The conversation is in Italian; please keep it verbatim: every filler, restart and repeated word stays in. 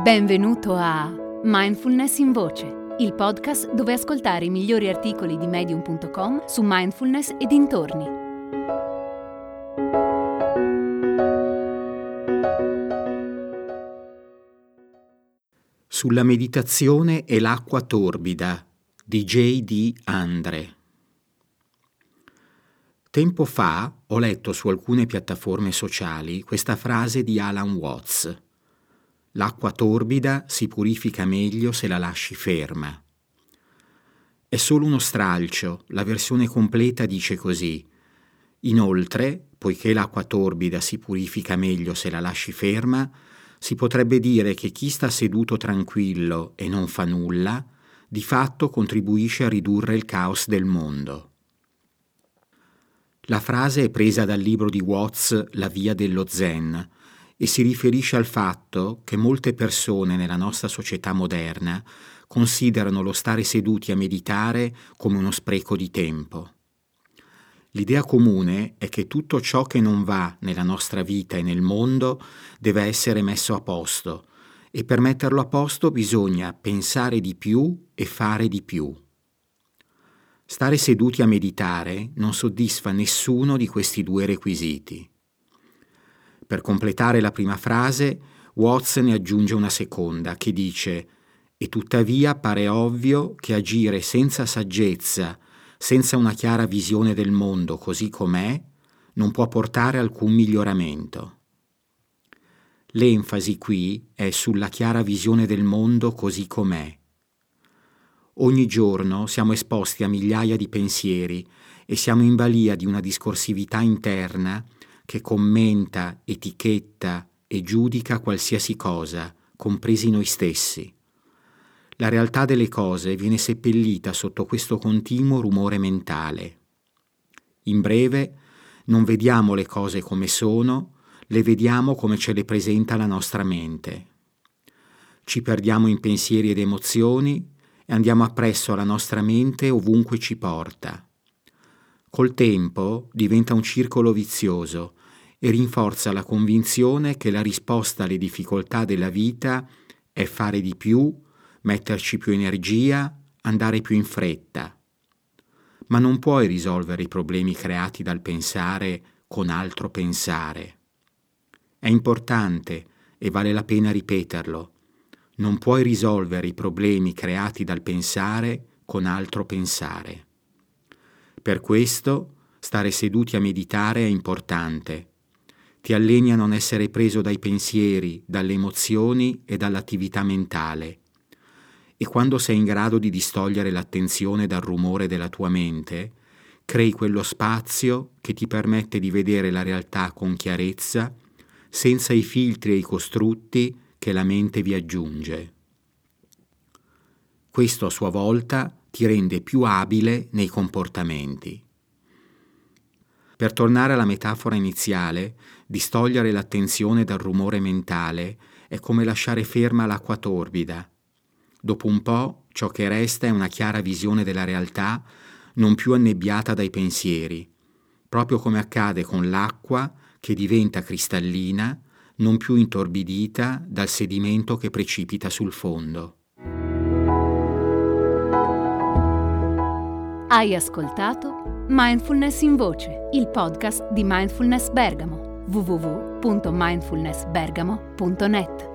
Benvenuto a Mindfulness in Voce, il podcast dove ascoltare i migliori articoli di medium punto com su mindfulness e dintorni. Sulla meditazione e l'acqua torbida di J D Andre. Tempo fa ho letto su alcune piattaforme sociali questa frase di Alan Watts: l'acqua torbida si purifica meglio se la lasci ferma. È solo uno stralcio, la versione completa dice così. Inoltre, poiché l'acqua torbida si purifica meglio se la lasci ferma, si potrebbe dire che chi sta seduto tranquillo e non fa nulla, di fatto contribuisce a ridurre il caos del mondo. La frase è presa dal libro di Watts La via dello Zen e si riferisce al fatto che molte persone nella nostra società moderna considerano lo stare seduti a meditare come uno spreco di tempo. L'idea comune è che tutto ciò che non va nella nostra vita e nel mondo deve essere messo a posto, e per metterlo a posto bisogna pensare di più e fare di più. Stare seduti a meditare non soddisfa nessuno di questi due requisiti. Per completare la prima frase, Watts ne aggiunge una seconda che dice: «E tuttavia pare ovvio che agire senza saggezza, senza una chiara visione del mondo così com'è, non può portare alcun miglioramento». L'enfasi qui è sulla chiara visione del mondo così com'è. Ogni giorno siamo esposti a migliaia di pensieri e siamo in balia di una discorsività interna che commenta, etichetta e giudica qualsiasi cosa, compresi noi stessi. La realtà delle cose viene seppellita sotto questo continuo rumore mentale. In breve, non vediamo le cose come sono, le vediamo come ce le presenta la nostra mente. Ci perdiamo in pensieri ed emozioni e andiamo appresso alla nostra mente ovunque ci porta. Col tempo diventa un circolo vizioso e rinforza la convinzione che la risposta alle difficoltà della vita è fare di più, metterci più energia, andare più in fretta. Ma non puoi risolvere i problemi creati dal pensare con altro pensare. È importante e vale la pena ripeterlo. Non puoi risolvere i problemi creati dal pensare con altro pensare. Per questo, stare seduti a meditare è importante. Ti alleni a non essere preso dai pensieri, dalle emozioni e dall'attività mentale. E quando sei in grado di distogliere l'attenzione dal rumore della tua mente, crei quello spazio che ti permette di vedere la realtà con chiarezza, senza i filtri e i costrutti che la mente vi aggiunge. Questo a sua volta ti rende più abile nei comportamenti. Per tornare alla metafora iniziale, distogliere l'attenzione dal rumore mentale è come lasciare ferma l'acqua torbida. Dopo un po', ciò che resta è una chiara visione della realtà, non più annebbiata dai pensieri, proprio come accade con l'acqua che diventa cristallina, non più intorbidita dal sedimento che precipita sul fondo. Hai ascoltato Mindfulness in Voce, il podcast di Mindfulness Bergamo, w w w punto mindfulness bergamo punto net.